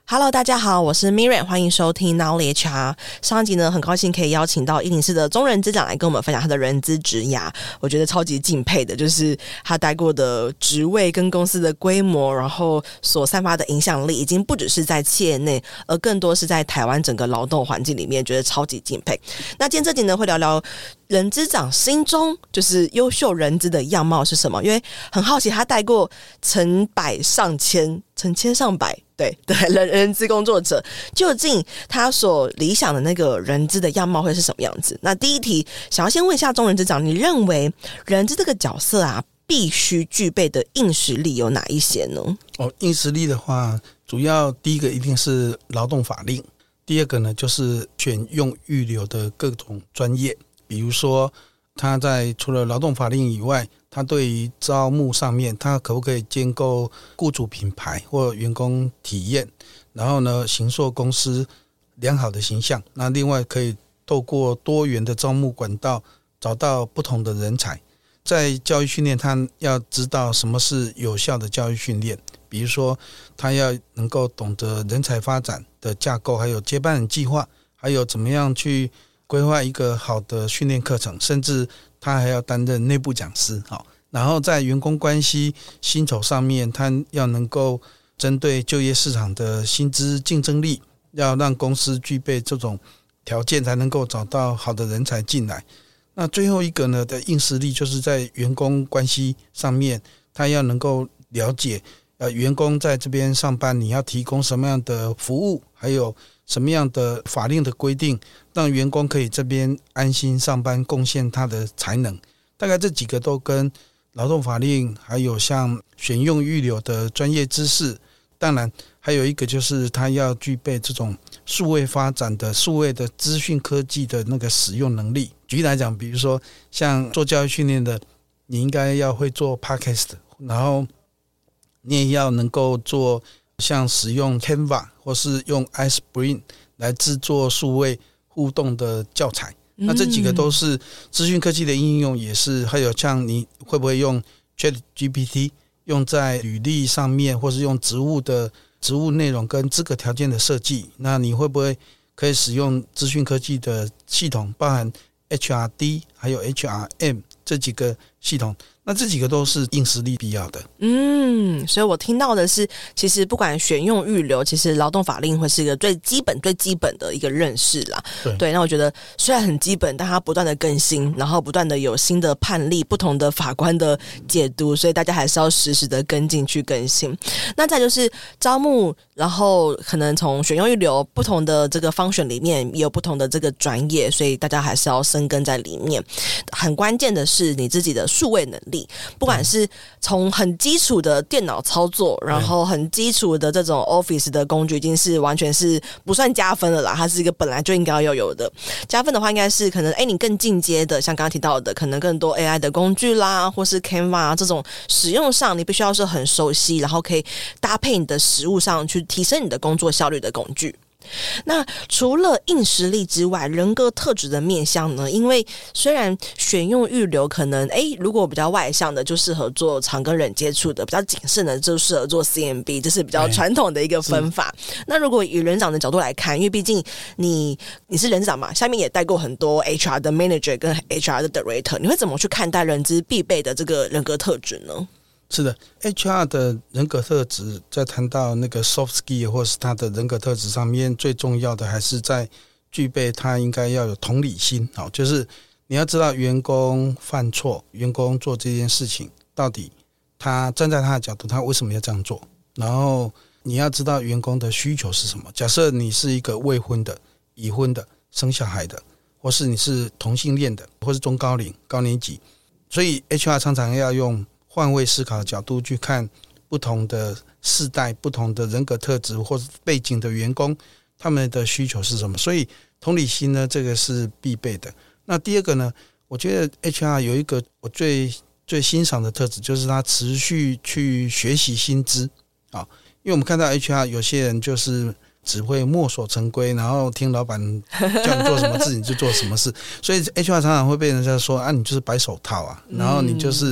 Hello， 大家好，我是 Miriam， 欢迎收听 Nowly HR。上一集呢，很高兴可以邀请到104的中人资长来跟我们分享他的人资职涯，我觉得超级敬佩的，就是他待过的职位跟公司的规模，然后所散发的影响力，已经不只是在企业内，而更多是在台湾整个劳动环境里面，觉得超级敬佩。那今天这集呢，会聊聊人资长心中就是优秀人资的样貌是什么，因为很好奇他带过成百上千、成千上百对人资工作者，究竟他所理想的那个人资的样貌会是什么样子？那第一题想要先问一下中人资长，你认为人资这个角色啊必须具备的硬实力有哪一些呢？ 硬实力的话，主要第一个一定是劳动法令，第二个呢就是选用预留的各种专业，比如说他在除了劳动法令以外，他对于招募上面，他可不可以建构雇主品牌或员工体验，然后呢形塑公司良好的形象，那另外可以透过多元的招募管道找到不同的人才。在教育训练，他要知道什么是有效的教育训练，比如说他要能够懂得人才发展的架构，还有接班人计划，还有怎么样去规划一个好的训练课程，甚至他还要担任内部讲师。然后在员工关系薪酬上面，他要能够针对就业市场的薪资竞争力，要让公司具备这种条件，才能够找到好的人才进来。那最后一个呢的硬实力，就是在员工关系上面，他要能够了解员工在这边上班，你要提供什么样的服务，还有什么样的法令的规定，让员工可以这边安心上班，贡献他的才能。大概这几个都跟劳动法令，还有像选用预留的专业知识，当然还有一个就是他要具备这种数位发展的数位的资讯科技的那个使用能力。举例来讲，比如说像做教育训练的，你应该要会做 Podcast， 然后你也要能够做像使用 Canva 或是用 iSpring 来制作数位互动的教材。那这几个都是资讯科技的应用，也是还有像你会不会用 ChatGPT 用在履历上面，或是用职务内容跟资格条件的设计，那你会不会可以使用资讯科技的系统，包含 HRD 还有 HRM 这几个系统，那这几个都是硬实力必要的。 所以我听到的是，其实不管选用预留，其实劳动法令会是一个最基本的一个认识啦。对，那我觉得虽然很基本，但它不断的更新，然后不断的有新的判例，不同的法官的解读，所以大家还是要实时的跟进去更新。那再就是招募，然后可能从选用预留不同的这个function里面也有不同的这个专业，所以大家还是要深耕在里面。很关键的是你自己的数位能力，不管是从很基础的电脑操作，然后很基础的这种 Office 的工具，已经是完全是不算加分了啦，它是一个本来就应该要有的。加分的话应该是可能你更进阶的，像刚刚提到的可能更多 AI 的工具啦，或是 Canva 这种使用上你必须要是很熟悉，然后可以搭配你的实务上去提升你的工作效率的工具。那除了硬实力之外，人格特质的面向呢？因为虽然选用预留可能如果比较外向的就适合做常跟人接触的，比较谨慎的就适合做 CMB， 这是比较传统的一个分法。那如果以人长的角度来看，因为毕竟你是人长嘛，下面也带过很多 HR 的 manager 跟 HR 的 director， 你会怎么去看待人资必备的这个人格特质呢？ 是的， HR 的人格特质在谈到那个 soft skill 或是他的人格特质上面，最重要的还是在具备他应该要有同理心。就是你要知道员工犯错，员工做这件事情到底他站在他的角度他为什么要这样做，然后你要知道员工的需求是什么。假设你是一个未婚的、已婚的、生小孩的，或是你是同性恋的，或是中高龄高年级，所以 HR 常常要用换位思考的角度去看不同的世代、不同的人格特质或是背景的员工，他们的需求是什么。所以同理心呢，这个是必备的。那第二个呢，我觉得 HR 有一个我最欣赏的特质，就是他持续去学习新知。因为我们看到 HR 有些人就是只会墨守成规，然后听老板叫你做什么事你就做什么事，所以 HR 常常会被人家说你就是白手套啊，然后你就是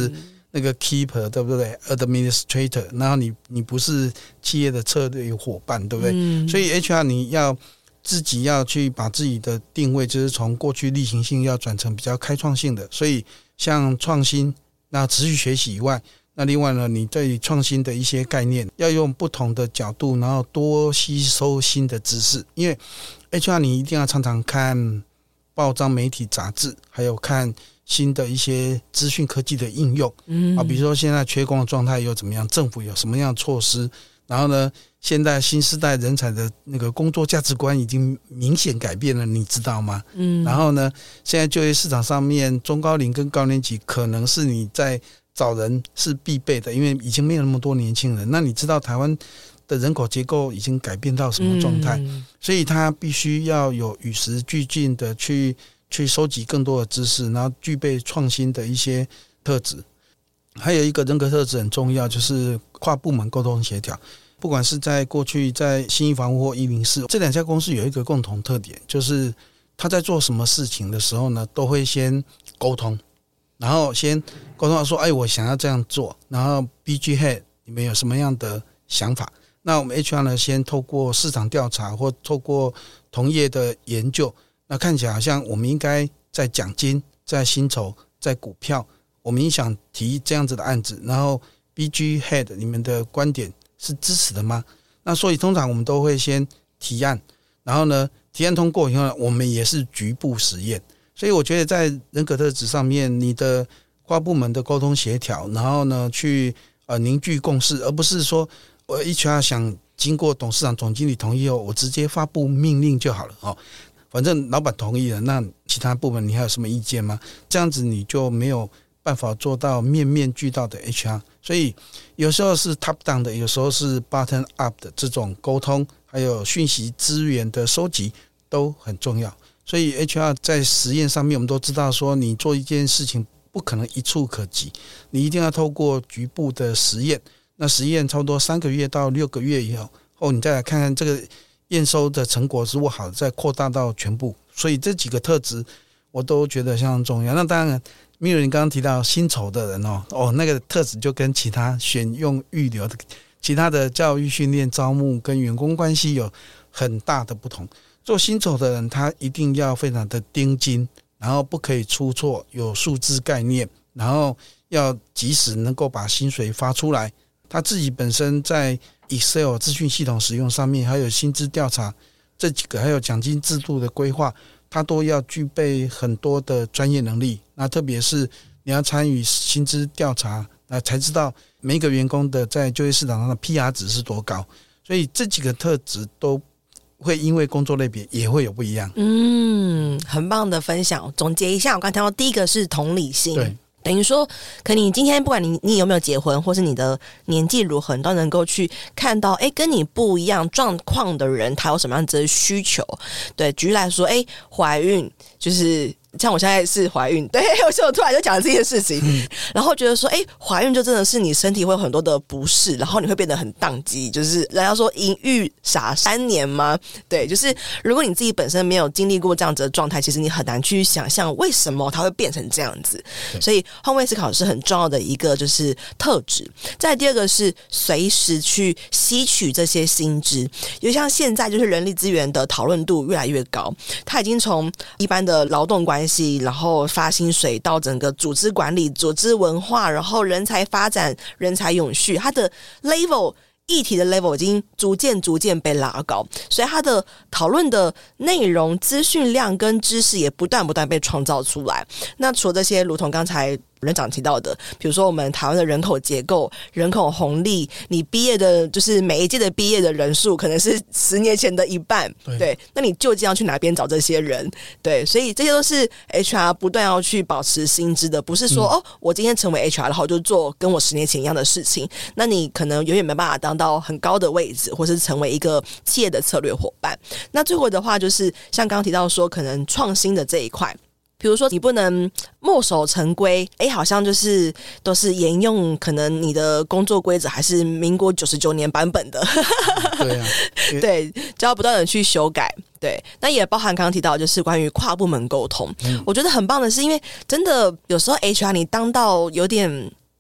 那个 keeper 对不对 administrator， 然后你不是企业的策略伙伴对不对，所以 HR 你要自己要去把自己的定位就是从过去例行性要转成比较开创性的，所以像创新那持续学习以外，那另外呢，你对创新的一些概念要用不同的角度，然后多吸收新的知识。因为 HR 你一定要常常看报章媒体杂志，还有看新的一些资讯科技的应用比如说现在缺工的状态又怎么样，政府有什么样的措施，然后呢现在新世代人才的那个工作价值观已经明显改变了，你知道吗？然后呢现在就业市场上面中高龄跟高年级可能是你在找人是必备的，因为已经没有那么多年轻人，那你知道台湾的人口结构已经改变到什么状态所以他必须要有与时俱进的去收集更多的知识，然后具备创新的一些特质。还有一个人格特质很重要，就是跨部门沟通协调。不管是在过去在信义房屋或104这两家公司有一个共同特点，就是他在做什么事情的时候呢，都会先沟通，然后先沟通说我想要这样做，然后 BG Head 你们有什么样的想法，那我们 HR 呢先透过市场调查或透过同业的研究，那看起来好像我们应该在奖金在薪酬在股票，我们也想提这样子的案子，然后 BG Head 你们的观点是支持的吗？那所以通常我们都会先提案，然后呢提案通过以后呢，我们也是局部实验。所以我觉得在人格特质上面，你的跨部门的沟通协调，然后呢去凝聚共识，而不是说我 HR 想经过董事长总经理同意后我直接发布命令就好了反正老板同意了，那其他部门你还有什么意见吗？这样子你就没有办法做到面面俱到的 HR。 所以有时候是 top down 的，有时候是 bottom up 的这种沟通，还有讯息资源的收集都很重要。所以 HR 在实验上面，我们都知道说你做一件事情不可能一触可及，你一定要透过局部的实验，那实验差不多3个月到6个月以后，你再来看看这个验收的成果是不好，再扩大到全部。所以这几个特质我都觉得相当重要。那当然Miro你刚刚提到薪酬的人那个特质就跟其他选用预留的其他的教育训练招募跟员工关系有很大的不同。做薪酬的人他一定要非常的盯紧，然后不可以出错，有数字概念，然后要及时能够把薪水发出来。他自己本身在 Excel 资讯系统使用上面，还有薪资调查这几个，还有奖金制度的规划，他都要具备很多的专业能力。那特别是你要参与薪资调查，那才知道每一个员工的在就业市场上的 PR 值是多高。所以这几个特质都会因为工作类别也会有不一样。 很棒的分享。总结一下，我刚才谈到第一个是同理心， 对， 等于说可能你今天不管你有没有结婚，或是你的年纪如何，你都能够去看到跟你不一样状况的人他有什么样子的需求。对，举例来说怀孕，就是像我现在是怀孕，对，所以我突然就讲了这件事情然后觉得说怀孕就真的是你身体会有很多的不适，然后你会变得很宕机，就是人家说淫欲傻3年吗？对，就是如果你自己本身没有经历过这样子的状态，其实你很难去想象为什么它会变成这样子。所以换位思考是很重要的一个就是特质。再来第二个是随时去吸取这些新知，因为像现在就是人力资源的讨论度越来越高，它已经从一般的劳动关系，然后发薪水，到整个组织管理、组织文化，然后人才发展、人才永续，它的 level议题的 level 已经逐渐被拉高，所以它的讨论的内容、资讯量跟知识也不断被创造出来。那除了这些，如同刚才人长提到的，比如说我们台湾的人口结构、人口红利，你毕业的就是每一届的毕业的人数可能是10年前的1半， 对，那你究竟要去哪边找这些人？对，所以这些都是 HR 不断要去保持新知的，不是说我今天成为 HR 然后就做跟我10年前一样的事情，那你可能永远没办法当到很高的位置，或是成为一个企业的策略伙伴。那最后的话就是像刚刚提到说可能创新的这一块，比如说你不能墨守成规，好像就是都是沿用可能你的工作规则还是民国99年版本的对啊， 对，就要不断的去修改。对，那也包含刚刚提到就是关于跨部门沟通，我觉得很棒的是，因为真的有时候 HR 你当到有点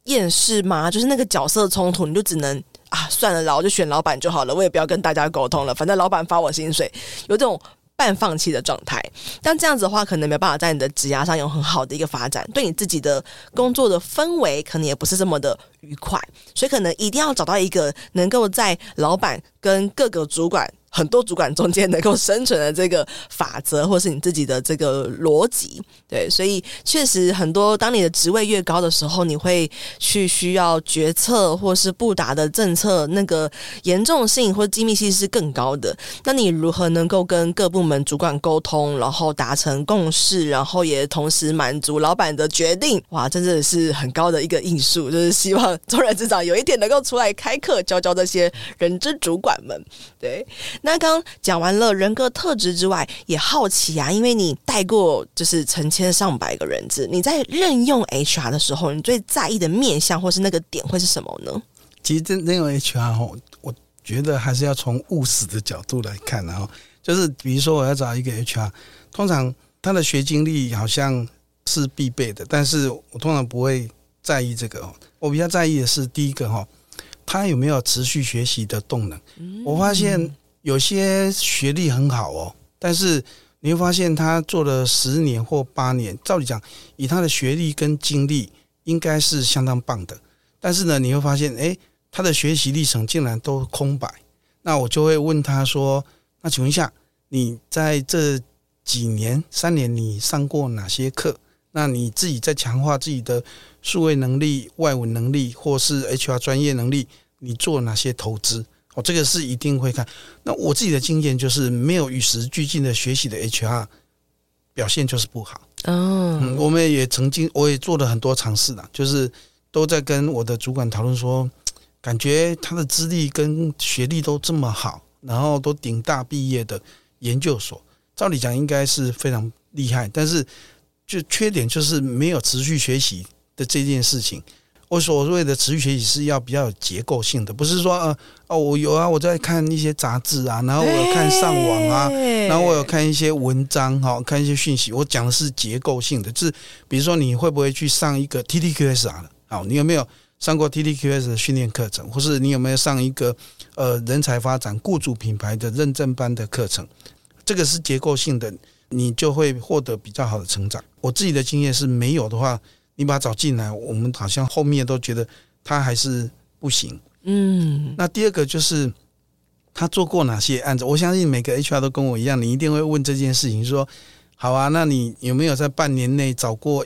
厌世吗？就是那个角色冲突，你就只能算了啦，我就选老板就好了，我也不要跟大家沟通了，反正老板发我薪水，有这种半放弃的状态。但这样子的话，可能没办法在你的职涯上有很好的一个发展，对你自己的工作的氛围可能也不是这么的愉快，所以可能一定要找到一个能够在老板跟各个主管很多主管中间能够生存的这个法则，或是你自己的这个逻辑。对，所以确实很多当你的职位越高的时候，你会去需要决策或是布达的政策，那个严重性或机密性是更高的。那你如何能够跟各部门主管沟通，然后达成共识，然后也同时满足老板的决定，哇，真的是很高的一个艺术。就是希望中人之长有一天能够出来开课，教这些人之主管们。对，那刚讲完了人格特质之外，也好奇啊，因为你带过就是成千上百个人资，你在任用 HR 的时候，你最在意的面向或是那个点会是什么呢？ 其实任用 HR 我觉得还是要从务实的角度来看，然后就是比如说我要找一个 HR， 通常他的学经历好像是必备的，但是我通常不会在意这个。我比较在意的是第一个他有没有持续学习的动能。我发现有些学历很好但是你会发现他做了10年或8年，照理讲以他的学历跟经历应该是相当棒的，但是呢你会发现他的学习历程竟然都空白。那我就会问他说，那请问一下，你在这几年3年你上过哪些课？那你自己在强化自己的数位能力、外文能力或是 HR 专业能力，你做哪些投资？这个是一定会看。那我自己的经验就是没有与时俱进的学习的 HR 表现就是不好。我们也我也做了很多尝试啦，就是都在跟我的主管讨论说，感觉他的资历跟学历都这么好，然后都顶大毕业的研究所，照理讲应该是非常厉害，但是就缺点就是没有持续学习的这件事情。我所谓的持续学习是要比较有结构性的，不是说我有我在看一些杂志啊，然后我有看上网啊，然后我有看一些文章看一些讯息。我讲的是结构性的，就是比如说你会不会去上一个 TTQSR 的，你有没有上过 TTQS 的训练课程，或是你有没有上一个人才发展雇主品牌的认证班的课程？这个是结构性的，你就会获得比较好的成长。我自己的经验是没有的话，你把他找进来，我们好像后面都觉得他还是不行。那第二个就是他做过哪些案子。我相信每个 HR 都跟我一样，你一定会问这件事情，说好啊，那你有没有在半年内找过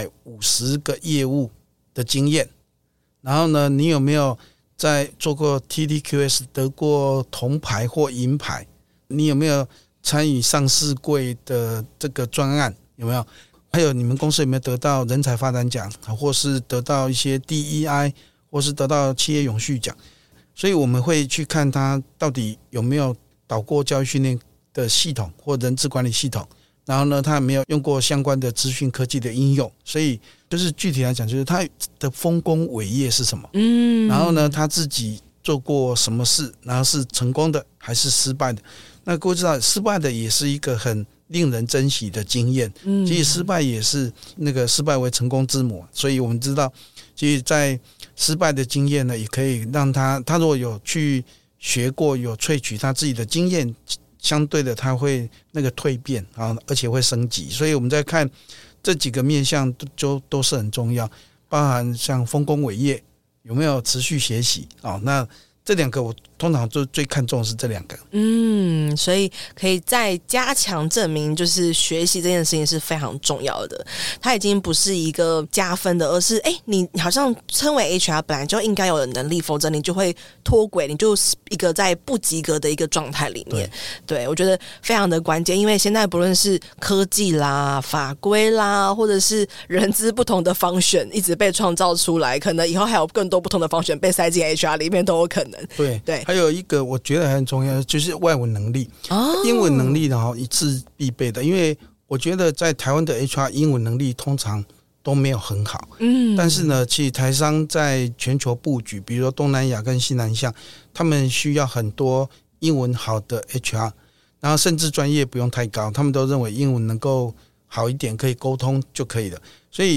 150个业务的经验？然后呢，你有没有在做过 TTQS 得过铜牌或银牌？你有没有参与上市柜的这个专案？有没有？还有你们公司有没有得到人才发展奖，或是得到一些 DEI， 或是得到企业永续奖？所以我们会去看他到底有没有导过教育训练的系统或人资管理系统，然后呢，他有没有用过相关的资讯科技的应用？所以就是具体来讲，就是他的丰功伟业是什么？然后呢，他自己做过什么事，然后是成功的还是失败的？那各位知道，失败的也是一个很令人珍惜的经验。其实失败也是那个失败为成功之母，所以我们知道，其实在失败的经验呢，也可以让他如果有去学过，有萃取他自己的经验，相对的他会那个蜕变而且会升级。所以我们在看这几个面向都是很重要，包含像丰功伟业有没有持续学习那这两个我通常最看重的是这两个。 所以可以再加强证明，就是学习这件事情是非常重要的。它已经不是一个加分的，而是你好像称为 HR 本来就应该有的能力，否则你就会脱轨，你就是一个在不及格的一个状态里面。对，我觉得非常的关键，因为现在不论是科技啦、法规啦，或者是人资不同的function一直被创造出来，可能以后还有更多不同的function被塞进 HR 里面都有可能。 对，还有一个我觉得很重要，就是外文能力。英文能力呢一致必备的，因为我觉得在台湾的 HR 英文能力通常都没有很好。但是呢，其实台商在全球布局，比如说东南亚跟西南向，他们需要很多英文好的 HR， 然后甚至专业不用太高，他们都认为英文能够好一点，可以沟通就可以了。所以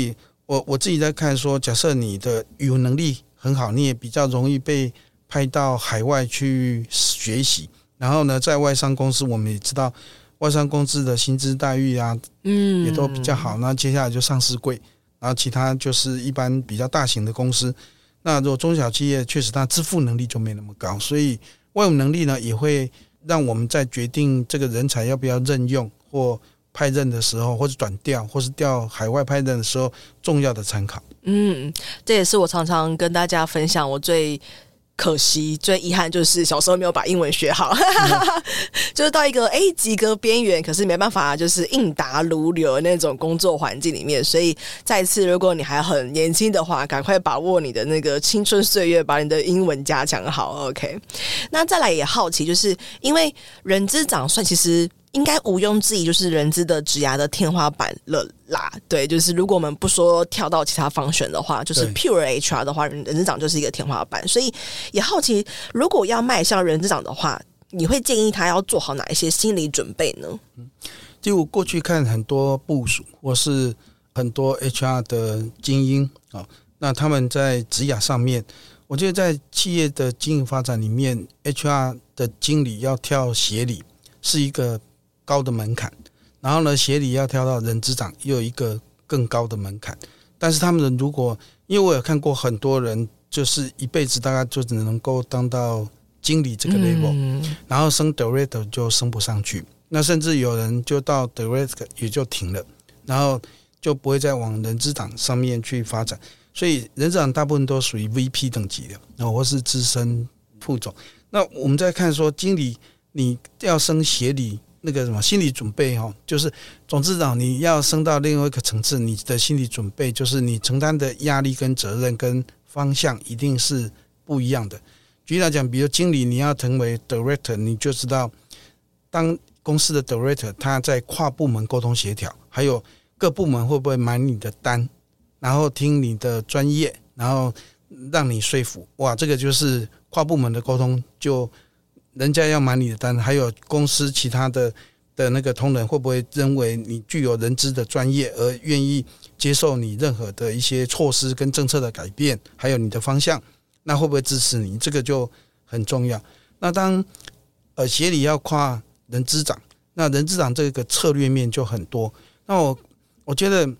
我自己在看说，假设你的语文能力很好，你也比较容易被派到海外去学习。然后呢，在外商公司，我们也知道外商公司的薪资待遇啊，也都比较好。那接下来就上市柜，然后其他就是一般比较大型的公司。那如果中小企业，确实它支付能力就没那么高，所以外语能力呢，也会让我们在决定这个人才要不要任用或派任的时候，或是转调，或是调海外派任的时候，重要的参考。 这也是我常常跟大家分享，我最可惜、最遗憾就是小时候没有把英文学好，就是到一个及格边缘，可是没办法，就是应答如流的那种工作环境里面。所以再次，如果你还很年轻的话，赶快把握你的那个青春岁月，把你的英文加强好。OK， 那再来也好奇，就是因为人资长算其实应该毋庸置疑就是人资的职涯的天花板了啦。对，就是如果我们不说跳到其他方选的话，就是 pure HR 的话，人资长就是一个天花板。所以也好奇，如果要迈向人资长的话，你会建议他要做好哪一些心理准备呢？ 就我过去看很多部属或是很多 HR 的精英，那他们在职涯上面，我觉得在企业的经营发展里面， HR 的经理要跳协理是一个高的门槛，然后呢，协理要跳到人资长又有一个更高的门槛。但是他们如果，因为我有看过很多人，就是一辈子大概就只能够当到经理这个 level，然后升 director 就升不上去，那甚至有人就到 director 也就停了，然后就不会再往人资长上面去发展。所以人资长大部分都属于 VP 等级的，或是资深副总。那我们再看说，经理你要升协理，那个什么心理准备就是总之你要升到另外一个层次，你的心理准备就是你承担的压力跟责任跟方向一定是不一样的。举例来讲，比如经理你要成为 director， 你就知道当公司的 director 他在跨部门沟通协调，还有各部门会不会买你的单，然后听你的专业，然后让你说服，哇，这个就是跨部门的沟通，就人家要买你的单，还有公司其他的那个同仁会不会认为你具有人资的专业，而愿意接受你任何的一些措施跟政策的改变，还有你的方向，那会不会支持你，这个就很重要。那当协理要跨人资长，那人资长这个策略面就很多。那我觉得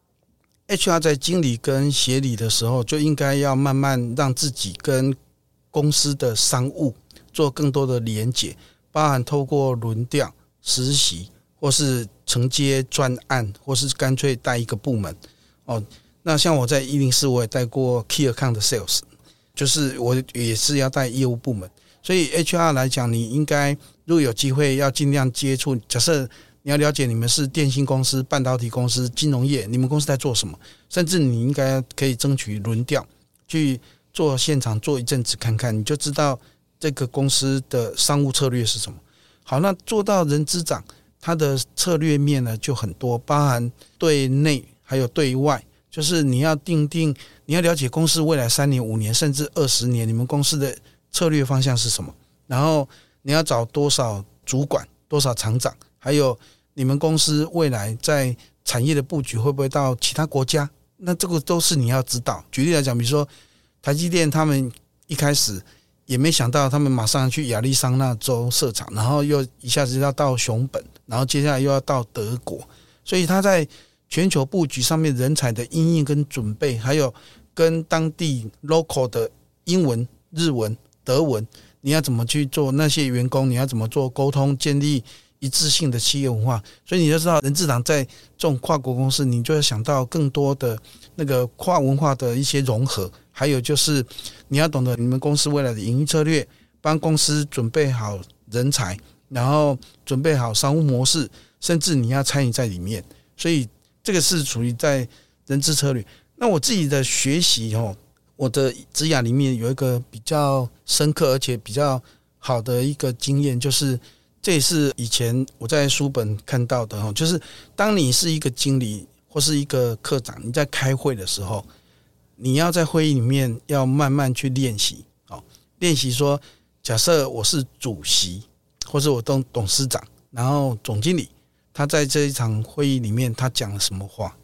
HR 在经理跟协理的时候，就应该要慢慢让自己跟公司的商务做更多的连结，包含透过轮调、实习，或是承接专案，或是干脆带一个部门。那像我在104我也带过 Key Account 的 Sales， 就是我也是要带业务部门。所以 HR 来讲，你应该如果有机会要尽量接触，假设你要了解你们是电信公司、半导体公司、金融业，你们公司在做什么，甚至你应该可以争取轮调去做现场做一阵子看看，你就知道这个公司的商务策略是什么。好，那做到人资长，他的策略面呢就很多，包含对内还有对外，就是你要你要了解公司未来3年、5年甚至20年，你们公司的策略方向是什么，然后你要找多少主管、多少厂长，还有你们公司未来在产业的布局会不会到其他国家，那这个都是你要知道。举例来讲，比如说台积电他们一开始也没想到他们马上去亚利桑那州设厂，然后又一下子要到熊本，然后接下来又要到德国，所以他在全球布局上面人才的因应跟准备，还有跟当地 local 的英文、日文、德文，你要怎么去做那些员工，你要怎么做沟通，建立一致性的企业文化。所以你就知道人资长在这种跨国公司，你就要想到更多的那个跨文化的一些融合，还有就是你要懂得你们公司未来的营运策略，帮公司准备好人才，然后准备好商务模式，甚至你要参与在里面。所以这个是属于在人资策略。那我自己的学习我的职涯里面有一个比较深刻而且比较好的一个经验，就是这也是以前我在书本看到的，就是当你是一个经理或是一个科长，你在开会的时候，你要在会议里面要慢慢去练习，练习说假设我是主席或是我董事长，然后总经理他在这一场会议里面他讲了什么话，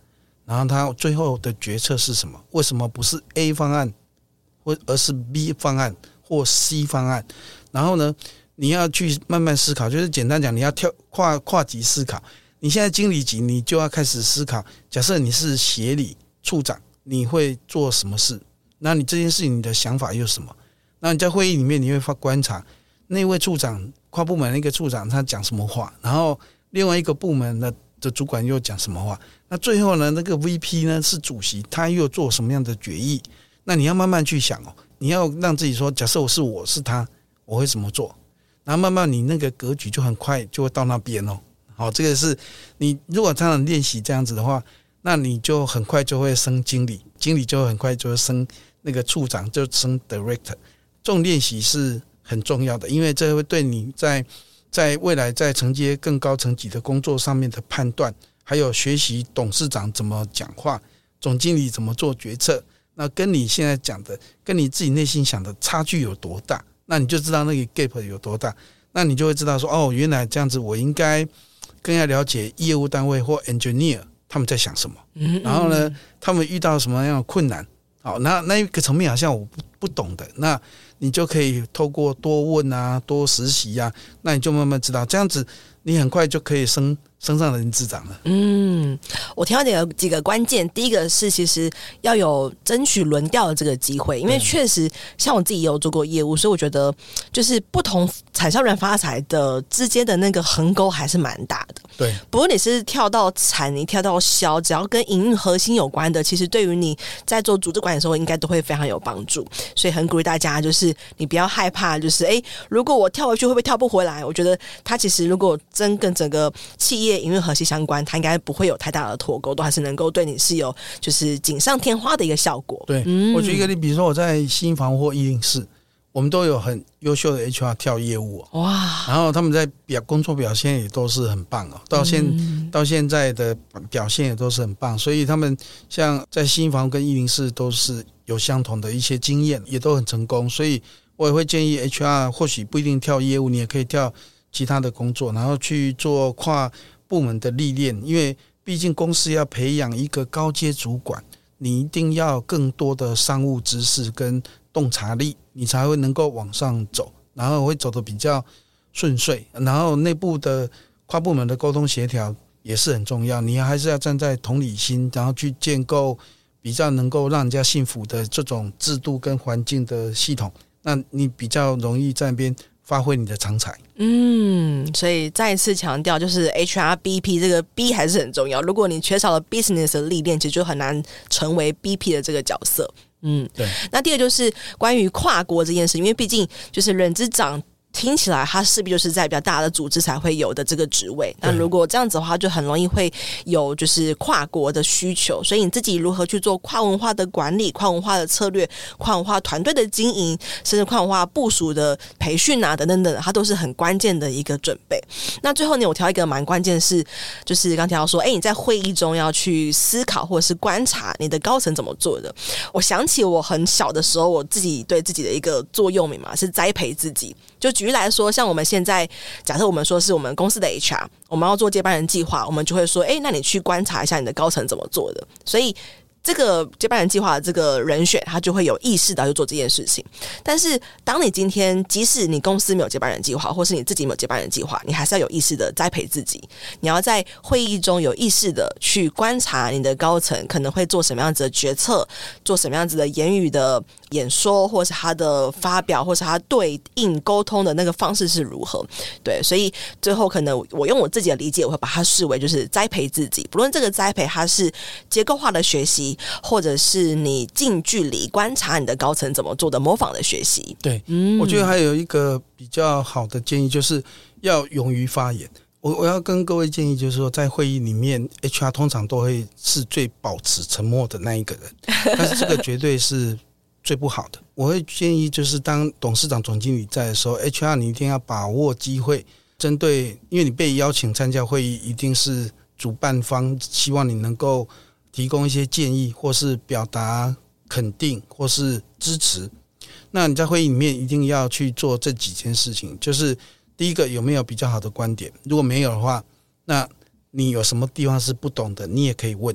然后他最后的决策是什么？为什么不是 A 方案，而是 B 方案或 C 方案？然后呢，你要去慢慢思考，就是简单讲，你要跨级思考。你现在经理级，你就要开始思考，假设你是协理处长，你会做什么事？那你这件事情你的想法又是什么？那你在会议里面你会观察那位处长，跨部门那个处长他讲什么话，然后另外一个部门的主管又讲什么话，那最后呢，那个 VP 呢是主席，他又做什么样的决议？那你要慢慢去想你要让自己说，假设我是他，我会怎么做？然后慢慢你那个格局就很快就会到那边好，这个是你如果常常练习这样子的话，那你就很快就会升经理，经理就很快就会升那个处长，就升 director。这种练习是很重要的，因为这会对你在未来在承接更高层级的工作上面的判断，还有学习董事长怎么讲话，总经理怎么做决策，那跟你现在讲的跟你自己内心想的差距有多大，那你就知道那个 gap 有多大，那你就会知道说原来这样子我应该更要了解业务单位或 engineer 他们在想什么，然后呢他们遇到什么样的困难，好，那一个层面好像我不懂的，那你就可以透过多问啊，多实习啊，那你就慢慢知道，这样子你很快就可以升上人资长了。 我听到几个关键，第一个是其实要有争取轮调的这个机会，因为确实像我自己也有做过业务，所以我觉得就是不同产销人发财的之间的那个横沟还是蛮大的。 对， 不过你是跳到产，你跳到销，只要跟营运核心有关的，其实对于你在做组织管理的时候应该都会非常有帮助。所以很鼓励大家，就是你不要害怕，就是如果我跳回去会不会跳不回来？我觉得它其实如果跟整个企业营运核心相关，它应该不会有太大的脱钩，都还是能够对你是有就是锦上添花的一个效果。 对，我举一个例，比如说我在新房或104，我们都有很优秀的 HR 跳业务哇，然后他们在工作表现也都是很棒到现在的表现也都是很棒，所以他们像在新房跟104都是有相同的一些经验，也都很成功，所以我也会建议 HR 或许不一定跳业务，你也可以跳其他的工作，然后去做跨部门的历练，因为毕竟公司要培养一个高阶主管，你一定要更多的商务知识跟洞察力，你才会能够往上走，然后会走得比较顺遂，然后内部的跨部门的沟通协调也是很重要，你还是要站在同理心，然后去建构比较能够让人家信服的这种制度跟环境的系统，那你比较容易在那边发挥你的长才。 所以再一次强调，就是 HRBP 这个 B 还是很重要，如果你缺少了 business 的历练，其实就很难成为 BP 的这个角色。 对。 那第二就是关于跨国这件事，因为毕竟就是人资长听起来他势必就是在比较大的组织才会有的这个职位，那如果这样子的话就很容易会有就是跨国的需求，所以你自己如何去做跨文化的管理、跨文化的策略、跨文化团队的经营，甚至跨文化部署的培训啊等等等，它都是很关键的一个准备。那最后呢，我挑一个蛮关键是就是刚提到说你在会议中要去思考或者是观察你的高层怎么做的。我想起我很小的时候我自己对自己的一个座右铭嘛，是栽培自己。就举例来说，像我们现在假设我们说是我们公司的 HR， 我们要做接班人计划，我们就会说那你去观察一下你的高层怎么做的，所以这个接班人计划的这个人选他就会有意识的去做这件事情。但是当你今天即使你公司没有接班人计划，或是你自己没有接班人计划，你还是要有意识的栽培自己，你要在会议中有意识的去观察你的高层可能会做什么样子的决策，做什么样子的言语的演说，或是他的发表，或是他对应沟通的那个方式是如何。对，所以最后可能我用我自己的理解，我会把它视为就是栽培自己，不论这个栽培它是结构化的学习，或者是你近距离观察你的高层怎么做的模仿的学习。 对，我觉得还有一个比较好的建议就是要勇于发言。我要跟各位建议就是说，在会议里面 HR 通常都会是最保持沉默的那一个人，但是这个绝对是最不好的。我会建议就是当董事长总经理在的时候， HR 你一定要把握机会，针对因为你被邀请参加会议，一定是主办方希望你能够提供一些建议，或是表达肯定，或是支持。那你在会议里面一定要去做这几件事情，就是第一个有没有比较好的观点，如果没有的话，那你有什么地方是不懂的你也可以问，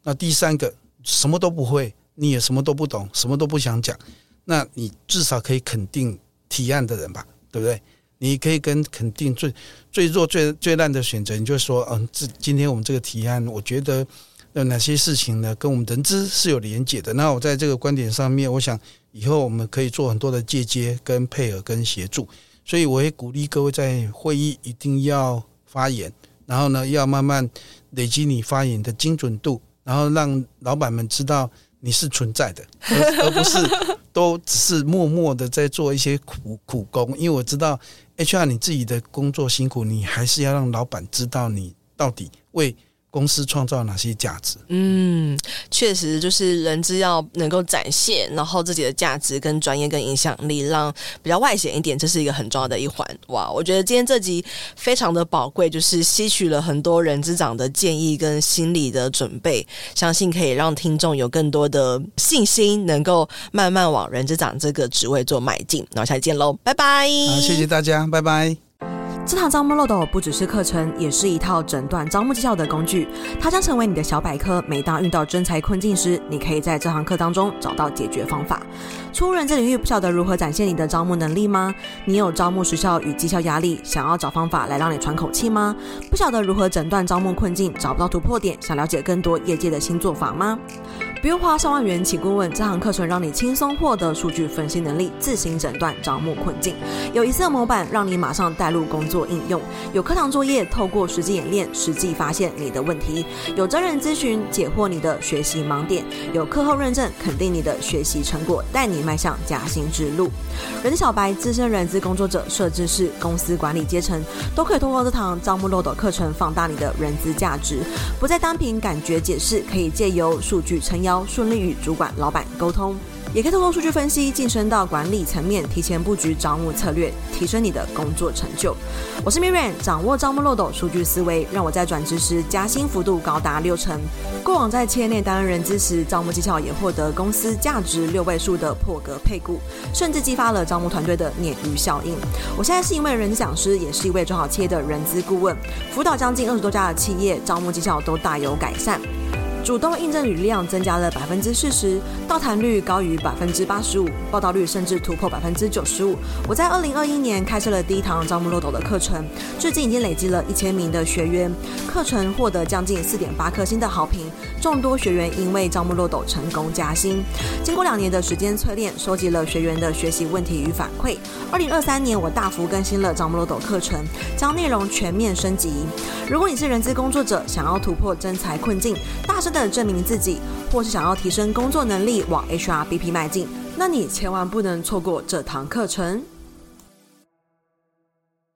那第三个，什么都不会，你也什么都不懂，什么都不想讲，那你至少可以肯定提案的人吧，对不对？你可以肯定最弱最烂的选择，你就说今天我们这个提案，我觉得有哪些事情呢跟我们人资是有连结的，那我在这个观点上面，我想以后我们可以做很多的借接跟配合跟协助，所以我也鼓励各位在会议一定要发言，然后呢要慢慢累积你发言的精准度，然后让老板们知道你是存在的，而不是都只是默默的在做一些苦工。因为我知道 HR 你自己的工作辛苦，你还是要让老板知道你到底为公司创造哪些价值。 确实就是人资要能够展现，然后自己的价值跟专业跟影响力，让比较外显一点，这是一个很重要的一环。哇，我觉得今天这集非常的宝贵，就是吸取了很多人资长的建议跟心理的准备，相信可以让听众有更多的信心，能够慢慢往人资长这个职位做迈进。那我下期见喽，拜拜。 好，谢谢大家，拜拜。 这堂招募漏斗不只是课程，也是一套诊断招募绩效的工具，它将成为你的小百科。每当遇到真才困境时，你可以在这堂课当中找到解决方法。初入人资领域，不晓得如何展现你的招募能力吗？你有招募时效与绩效压力，想要找方法来让你喘口气吗？不晓得如何诊断招募困境，找不到突破点，想了解更多业界的新做法吗？不用花上万元请顾问，这堂课程让你轻松获得数据分析能力，自行诊断招募困境。有Excel模板让你马上带入工作应用，有课堂作业，透过实际演练，实际发现你的问题，有真人咨询解惑你的学习盲点，有课后认证肯定你的学习成果，带你迈向加薪之路。人资小白、资深人资工作者、设置师、公司管理阶层，都可以透过这堂招募漏斗课程放大你的人资价值，不再单凭感觉解释，可以借由数据撑腰，顺利与主管、老板沟通。也可以透过数据分析晋升到管理层面，提前布局招募策略，提升你的工作成就。我是 Miriam， 掌握招募漏斗数据思维，让我在转职时加薪幅度高达60%。过往在企业内担任人资时，招募绩效也获得公司价值6位数的破格配股，甚至激发了招募团队的鲶鱼效应。我现在是一位人资讲师，也是一位中小企业的人资顾问，辅导将近20多家的企业，招募绩效都大有改善。主动应征履历量增加了40%，到谈率高于85%，报到率甚至突破95%。我在2021年开设了第一堂招募漏斗的课程，至今已经累积了1000名的学员，课程获得将近4.8颗星的好评，众多学员因为招募漏斗成功加薪。经过2年的时间淬炼，收集了学员的学习问题与反馈。2023年我大幅更新了招募漏斗课程，将内容全面升级。如果你是人资工作者，想要突破真才困境，大声的证明自己，或是想要提升工作能力，往 HRBP 迈进，那你千万不能错过这堂课程。